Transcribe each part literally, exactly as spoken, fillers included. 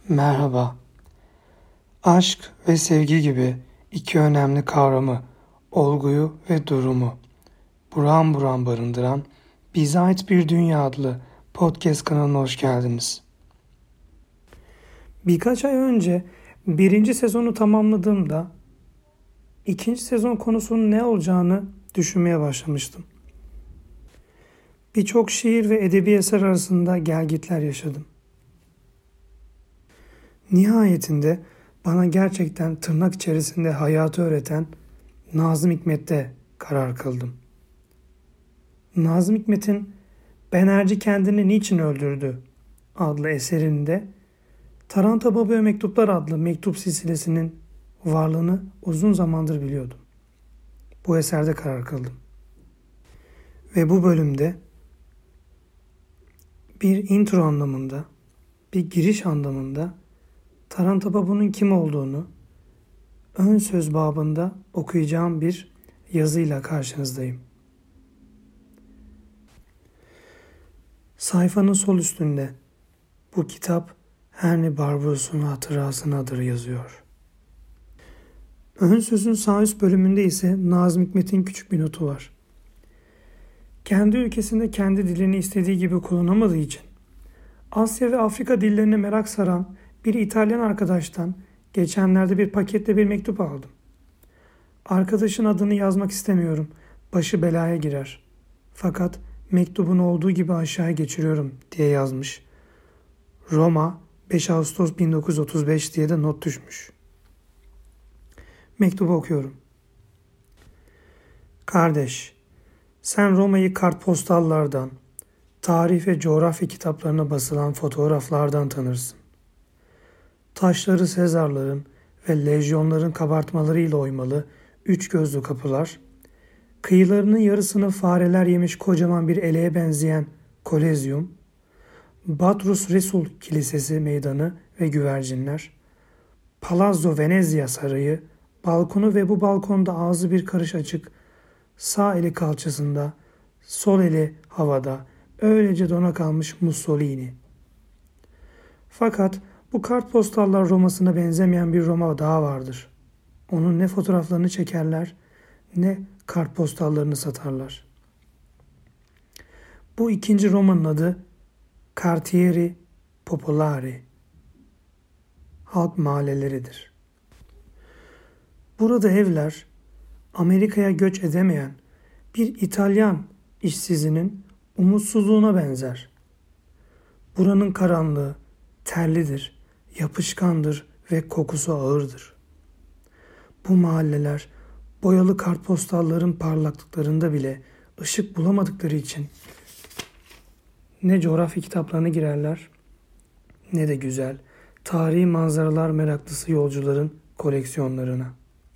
Merhaba. Aşk ve sevgi gibi iki önemli kavramı, olguyu ve durumu buram buram barındıran Bize Ait Bir Dünya adlı podcast kanalına hoş geldiniz. Birkaç ay önce birinci sezonu tamamladığımda ikinci sezon konusunun ne olacağını düşünmeye başlamıştım. Birçok şiir ve edebi eser arasında gelgitler yaşadım. Nihayetinde bana gerçekten tırnak içerisinde hayatı öğreten Nazım Hikmet'te karar kıldım. Nazım Hikmet'in "Ben Erci Kendini Niçin Öldürdü" adlı eserinde Taranta Baba'ya Mektuplar adlı mektup silsilesinin varlığını uzun zamandır biliyordum. Bu eserde karar kıldım. Ve bu bölümde bir intro anlamında, bir giriş anlamında Taranta Baba'nın kim olduğunu ön söz babında okuyacağım bir yazıyla karşınızdayım. Sayfanın sol üstünde bu kitap Henry Barbaros'un hatırasınadır yazıyor. Ön sözün sağ üst bölümünde ise Nazım Hikmet'in küçük bir notu var. Kendi ülkesinde kendi dilini istediği gibi kullanamadığı için Asya ve Afrika dillerine merak saran bir İtalyan arkadaştan geçenlerde bir pakette bir mektup aldım. Arkadaşın adını yazmak istemiyorum. Başı belaya girer. Fakat mektubun olduğu gibi aşağıya geçiriyorum diye yazmış. Roma beş Ağustos bin dokuz yüz otuz beş diye de not düşmüş. Mektubu okuyorum. Kardeş, sen Roma'yı kartpostallardan, tarih ve coğrafya kitaplarına basılan fotoğraflardan tanırsın. Taşları Sezarların ve lejyonların kabartmalarıyla oymalı üç gözlü kapılar, kıyılarının yarısını fareler yemiş kocaman bir eleğe benzeyen Kolezyum, Batrus Resul Kilisesi meydanı ve güvercinler, Palazzo Venezia Sarayı, balkonu ve bu balkonda ağzı bir karış açık, sağ eli kalçasında, sol eli havada, öylece dona kalmış Mussolini. Fakat bu kartpostallar Roma'sına benzemeyen bir Roma daha vardır. Onun ne fotoğraflarını çekerler ne kartpostallarını satarlar. Bu ikinci Roma'nın adı Quartieri Popolari, halk mahalleleridir. Burada evler Amerika'ya göç edemeyen bir İtalyan işsizinin umutsuzluğuna benzer. Buranın karanlığı terlidir, yapışkandır ve kokusu ağırdır. Bu mahalleler boyalı kartpostalların parlaklıklarında bile ışık bulamadıkları için ne coğrafya kitaplarına girerler ne de güzel, tarihi manzaralar meraklısı yolcuların koleksiyonlarına.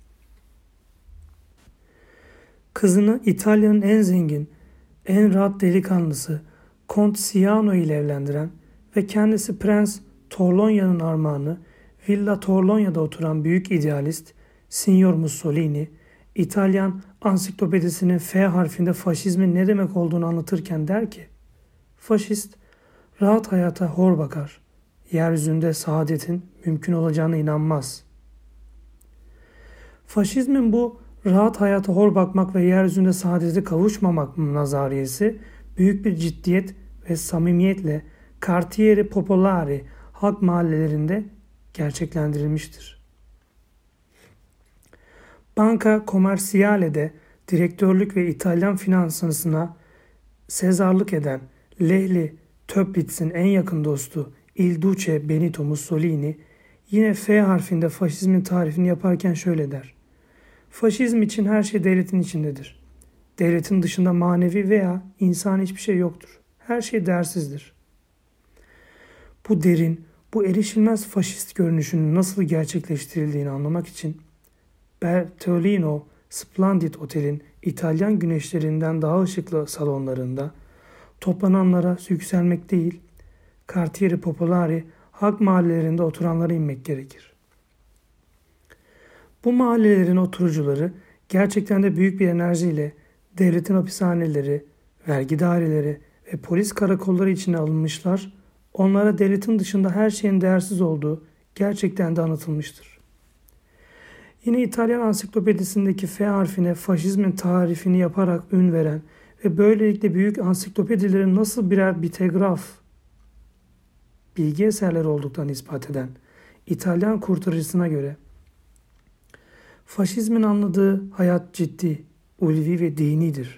Kızını İtalya'nın en zengin, en rahat delikanlısı Kont Ciano ile evlendiren ve kendisi Prens Torlonia'nın armağanı Villa Torlonia'da oturan büyük idealist Signor Mussolini, İtalyan ansiklopedisinin F harfinde faşizmin ne demek olduğunu anlatırken der ki, faşist rahat hayata hor bakar, yeryüzünde saadetin mümkün olacağına inanmaz. Faşizmin bu rahat hayata hor bakmak ve yeryüzünde saadete kavuşmamak nazariyesi büyük bir ciddiyet ve samimiyetle Quartieri Popolari halk mahallelerinde gerçeklendirilmiştir. Banca Commerciale'de direktörlük ve İtalyan finansına sezarlık eden Lehli Töplitz'in en yakın dostu Il Duce Benito Mussolini yine F harfinde faşizmin tarifini yaparken şöyle der. Faşizm için her şey devletin içindedir. Devletin dışında manevi veya insani hiçbir şey yoktur. Her şey değersizdir. Bu derin, bu erişilmez faşist görünüşünün nasıl gerçekleştirildiğini anlamak için Bertolino Splendid Otel'in İtalyan güneşlerinden daha ışıklı salonlarında toplananlara yükselmek değil, Quartieri Popolari halk mahallelerinde oturanlara inmek gerekir. Bu mahallelerin oturucuları gerçekten de büyük bir enerjiyle devletin hapishaneleri, vergi daireleri ve polis karakolları içine alınmışlar, onlara devletin dışında her şeyin değersiz olduğu gerçekten de anlatılmıştır. Yine İtalyan ansiklopedisindeki F harfine faşizmin tarifini yaparak ün veren ve böylelikle büyük ansiklopedilerin nasıl birer bitegraf, bilgi eserleri olduklarını ispat eden İtalyan kurtarıcısına göre faşizmin anladığı hayat ciddi, ulvi ve dinidir.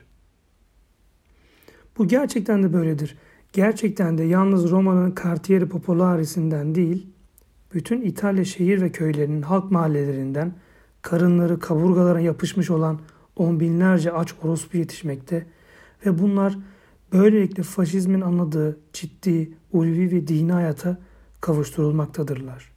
Bu gerçekten de böyledir. Gerçekten de yalnız Roma'nın Quartieri Popolari'sinden değil, bütün İtalya şehir ve köylerinin halk mahallelerinden karınları kaburgalara yapışmış olan on binlerce aç orospu yetişmekte ve bunlar böylelikle faşizmin anladığı ciddi, ulvi ve dini hayata kavuşturulmaktadırlar.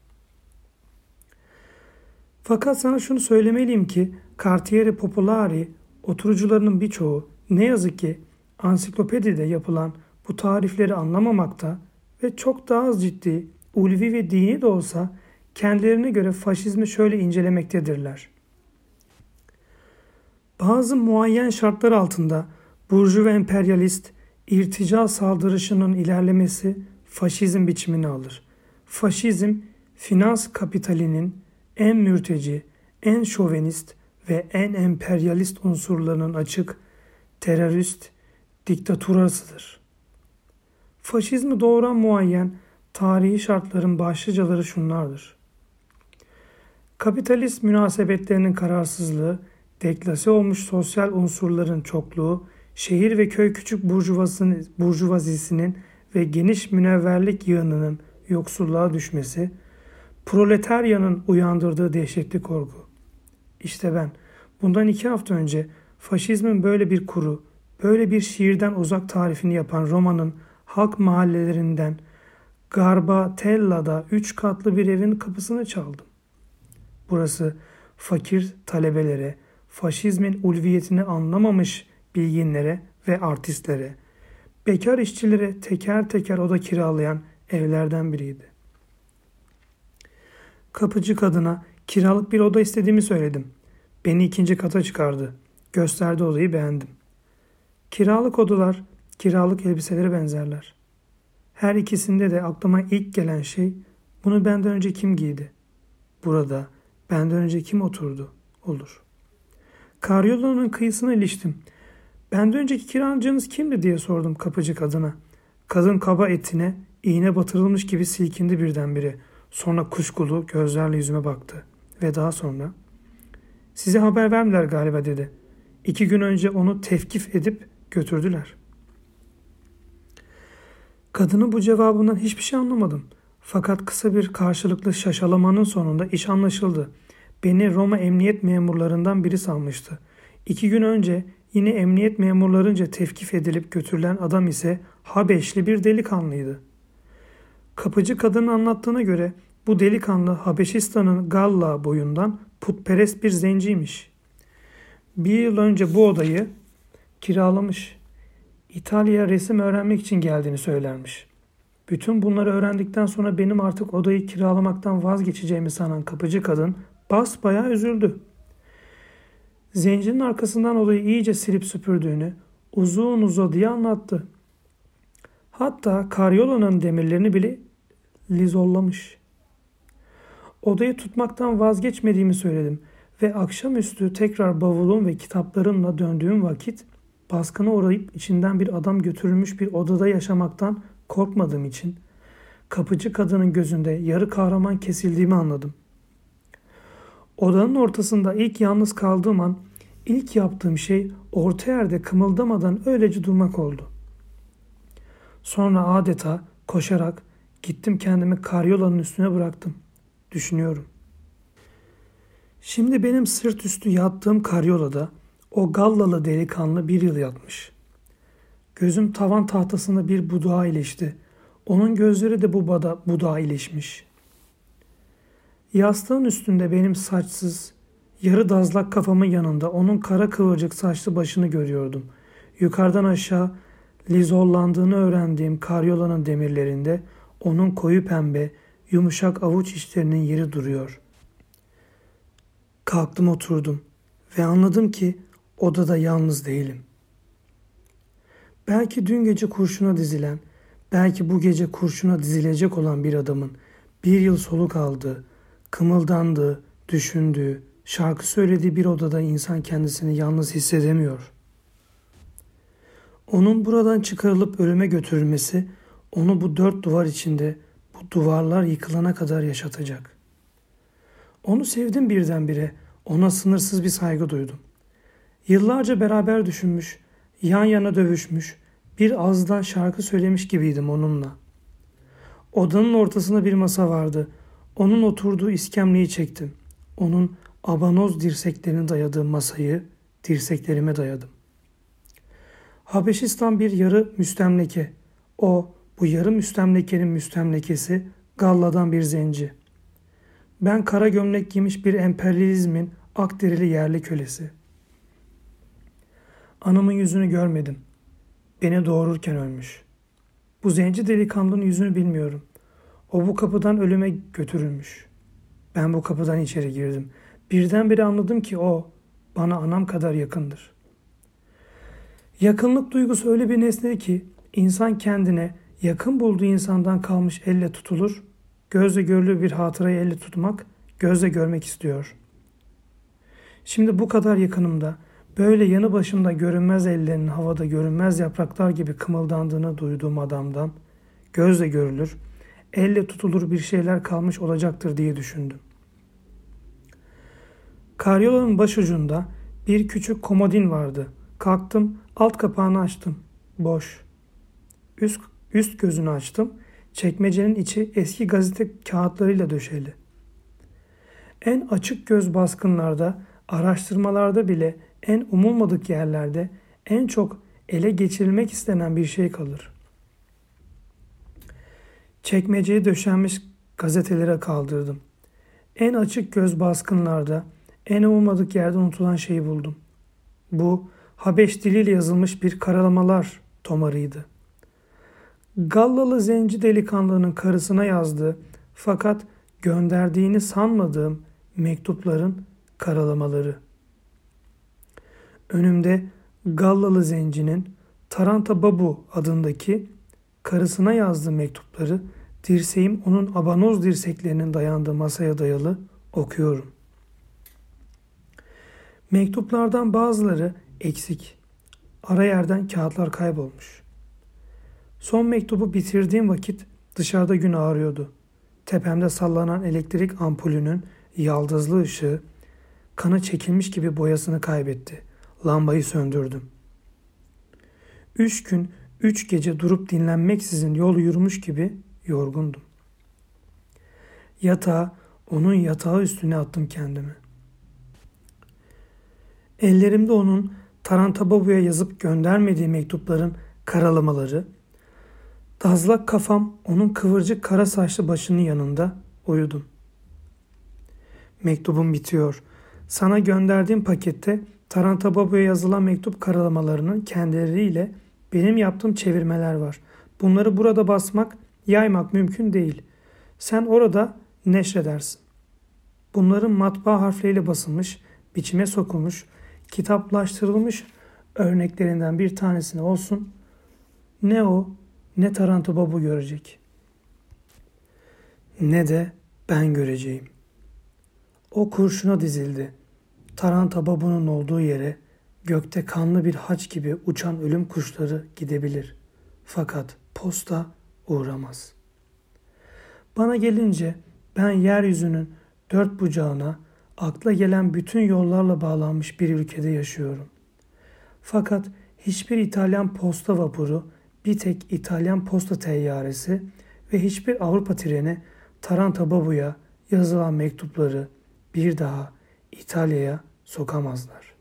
Fakat sana şunu söylemeliyim ki Quartieri Popolari oturucularının birçoğu ne yazık ki ansiklopedide yapılan bu tarifleri anlamamakta ve çok daha az ciddi, ulvi ve dini de olsa kendilerine göre faşizmi şöyle incelemektedirler. Bazı muayyen şartlar altında burcu ve emperyalist irtica saldırışının ilerlemesi faşizm biçimini alır. Faşizm, finans kapitalinin en mürteci, en şovenist ve en emperyalist unsurlarının açık, terörist diktaturasıdır. Faşizmi doğuran muayyen tarihi şartların başlıcaları şunlardır. Kapitalist münasebetlerinin kararsızlığı, deklase olmuş sosyal unsurların çokluğu, şehir ve köy küçük burjuvazisinin ve geniş münevverlik yığınının yoksulluğa düşmesi, proletaryanın uyandırdığı dehşetli korku. İşte ben bundan iki hafta önce faşizmin böyle bir kuru, böyle bir şiirden uzak tarifini yapan Roma'nın halk mahallelerinden Garbatella'da üç katlı bir evin kapısını çaldım. Burası fakir talebelere, faşizmin ulviyetini anlamamış bilginlere ve artistlere, bekar işçilere teker teker oda kiralayan evlerden biriydi. Kapıcı kadına kiralık bir oda istediğimi söyledim. Beni ikinci kata çıkardı. Gösterdi odayı, beğendim. Kiralık odalar, kiralık elbiselere benzerler. Her ikisinde de aklıma ilk gelen şey, bunu benden önce kim giydi? Burada benden önce kim oturdu? Olur. Karyolanın kıyısına iliştim. Benden önceki kiracınız kimdi diye sordum kapıcı kadına. Kadın kaba etine iğne batırılmış gibi silkindi birdenbire. Sonra kuşkulu gözlerle yüzüme baktı. Ve daha sonra size haber vermediler galiba dedi. İki gün önce onu tevkif edip götürdüler. Kadının bu cevabından hiçbir şey anlamadım. Fakat kısa bir karşılıklı şaşalamanın sonunda iş anlaşıldı. Beni Roma emniyet memurlarından biri sanmıştı. İki gün önce yine emniyet memurlarınca tevkif edilip götürülen adam ise Habeşli bir delikanlıydı. Kapıcı kadının anlattığına göre bu delikanlı Habeşistan'ın Galla boyundan putperest bir zenciymiş. Bir yıl önce bu odayı kiralamış. İtalya'ya resim öğrenmek için geldiğini söylermiş. Bütün bunları öğrendikten sonra benim artık odayı kiralamaktan vazgeçeceğimi sanan kapıcı kadın basbayağı üzüldü. Zencinin arkasından odayı iyice silip süpürdüğünü uzun uzadıya anlattı. Hatta karyolanın demirlerini bile lizollamış. Odayı tutmaktan vazgeçmediğimi söyledim ve akşamüstü tekrar bavulum ve kitaplarımla döndüğüm vakit baskına uğrayıp içinden bir adam götürülmüş bir odada yaşamaktan korkmadığım için kapıcı kadının gözünde yarı kahraman kesildiğimi anladım. Odanın ortasında ilk yalnız kaldığım an ilk yaptığım şey orta yerde kımıldamadan öylece durmak oldu. Sonra adeta koşarak gittim kendimi karyolanın üstüne bıraktım. Düşünüyorum. Şimdi benim sırt üstü yattığım karyolada o Gallalı delikanlı bir yıl yatmış. Gözüm tavan tahtasında bir budağa ilişti. Onun gözleri de bu bada, budağa ilişmiş. Yastığın üstünde benim saçsız, yarı dazlak kafamın yanında onun kara kıvırcık saçlı başını görüyordum. Yukarıdan aşağı lizollandığını öğrendiğim karyolanın demirlerinde onun koyu pembe, yumuşak avuç içlerinin yeri duruyor. Kalktım, oturdum ve anladım ki odada yalnız değilim. Belki dün gece kurşuna dizilen, Belki bu gece kurşuna dizilecek olan bir adamın bir yıl soluk aldığı, kımıldandığı, düşündüğü, şarkı söylediği bir odada insan kendisini yalnız hissedemiyor. Onun buradan çıkarılıp ölüme götürülmesi onu bu dört duvar içinde, bu duvarlar yıkılana kadar yaşatacak. Onu sevdim birdenbire, ona sınırsız bir saygı duydum. Yıllarca beraber düşünmüş, yan yana dövüşmüş, bir ağızdan şarkı söylemiş gibiydim onunla. Odanın ortasında bir masa vardı. Onun oturduğu iskemleyi çektim. Onun abanoz dirseklerini dayadığı masayı dirseklerime dayadım. Habeşistan bir yarı müstemleke. O, bu yarı müstemlekenin müstemlekesi, Galla'dan bir zenci. Ben kara gömlek giymiş bir emperyalizmin akderili yerli kölesi. Anamın yüzünü görmedim. Beni doğururken ölmüş. Bu zenci delikanlının yüzünü bilmiyorum. O bu kapıdan ölüme götürülmüş. Ben bu kapıdan içeri girdim. Birdenbire anladım ki o bana anam kadar yakındır. Yakınlık duygusu öyle bir nesne ki insan kendine yakın bulduğu insandan kalmış elle tutulur, gözle görülür bir hatırayı elle tutmak, gözle görmek istiyor. Şimdi bu kadar yakınımda, böyle yanı başımda görünmez ellerinin havada görünmez yapraklar gibi kımıldandığını duyduğum adamdan, gözle görülür, elle tutulur bir şeyler kalmış olacaktır diye düşündüm. Karyolanın başucunda bir küçük komodin vardı. Kalktım, alt kapağını açtım. Boş. Üst, üst gözünü açtım. Çekmecenin içi eski gazete kağıtlarıyla döşeli. En açık göz baskınlarda, araştırmalarda bile en umulmadık yerlerde en çok ele geçirilmek istenen bir şey kalır. Çekmeceye döşenmiş gazetelere kaldırdım. En açık göz baskınlarda, en umulmadık yerde unutulan şeyi buldum. Bu Habeş diliyle yazılmış bir karalamalar tomarıydı. Gallalı zenci delikanlının karısına yazdığı fakat gönderdiğini sanmadığım mektupların karalamaları. Önümde Gallalı zencinin Taranta Babu adındaki karısına yazdığı mektupları dirseğim onun abanoz dirseklerinin dayandığı masaya dayalı okuyorum. Mektuplardan bazıları eksik. Ara yerden kağıtlar kaybolmuş. Son mektubu bitirdiğim vakit dışarıda gün ağrıyordu. Tepemde sallanan elektrik ampulünün yaldızlı ışığı kanı çekilmiş gibi boyasını kaybetti. Lambayı söndürdüm. Üç gün, üç gece durup dinlenmeksizin yol yürümüş gibi yorgundum. Yatağa, onun yatağı üstüne attım kendimi. Ellerimde onun Taranta Babu'ya yazıp göndermediği mektupların karalamaları, dazlak kafam onun kıvırcık kara saçlı başının yanında uyudum. Mektubum bitiyor. Sana gönderdiğim pakette Taranta Babu'ya yazılan mektup karalamalarının kendileriyle benim yaptığım çevirmeler var. Bunları burada basmak, yaymak mümkün değil. Sen orada neşredersin. Bunların matbaa harfleriyle basılmış, biçime sokulmuş, kitaplaştırılmış örneklerinden bir tanesine olsun. Ne o, ne Taranta Babu görecek. Ne de ben göreceğim. O kurşuna dizildi. Taranta Babu'nun olduğu yere gökte kanlı bir haç gibi uçan ölüm kuşları gidebilir. Fakat posta uğramaz. Bana gelince ben yeryüzünün dört bucağına akla gelen bütün yollarla bağlanmış bir ülkede yaşıyorum. Fakat hiçbir İtalyan posta vapuru, bir tek İtalyan posta teyyaresi ve hiçbir Avrupa treni Taranta Babu'ya yazılan mektupları bir daha İtalya'ya sokamazlar.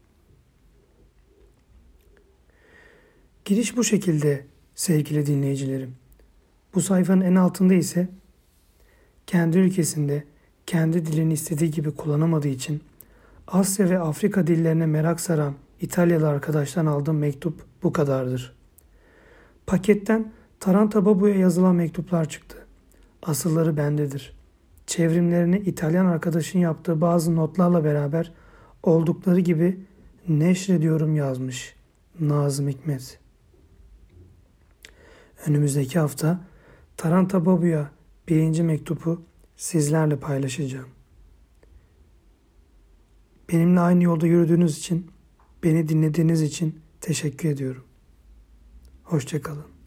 Giriş bu şekilde sevgili dinleyicilerim. Bu sayfanın en altında ise kendi ülkesinde kendi dilini istediği gibi kullanamadığı için Asya ve Afrika dillerine merak saran İtalyalı arkadaştan aldığım mektup bu kadardır. Paketten Taranta Babu'ya yazılan mektuplar çıktı. Asılları bendedir. Çevrimlerini İtalyan arkadaşın yaptığı bazı notlarla beraber oldukları gibi neşrediyorum yazmış Nazım Hikmet. Önümüzdeki hafta Taranta Babu'ya birinci mektubu sizlerle paylaşacağım. Benimle aynı yolda yürüdüğünüz için, beni dinlediğiniz için teşekkür ediyorum. Hoşça kalın.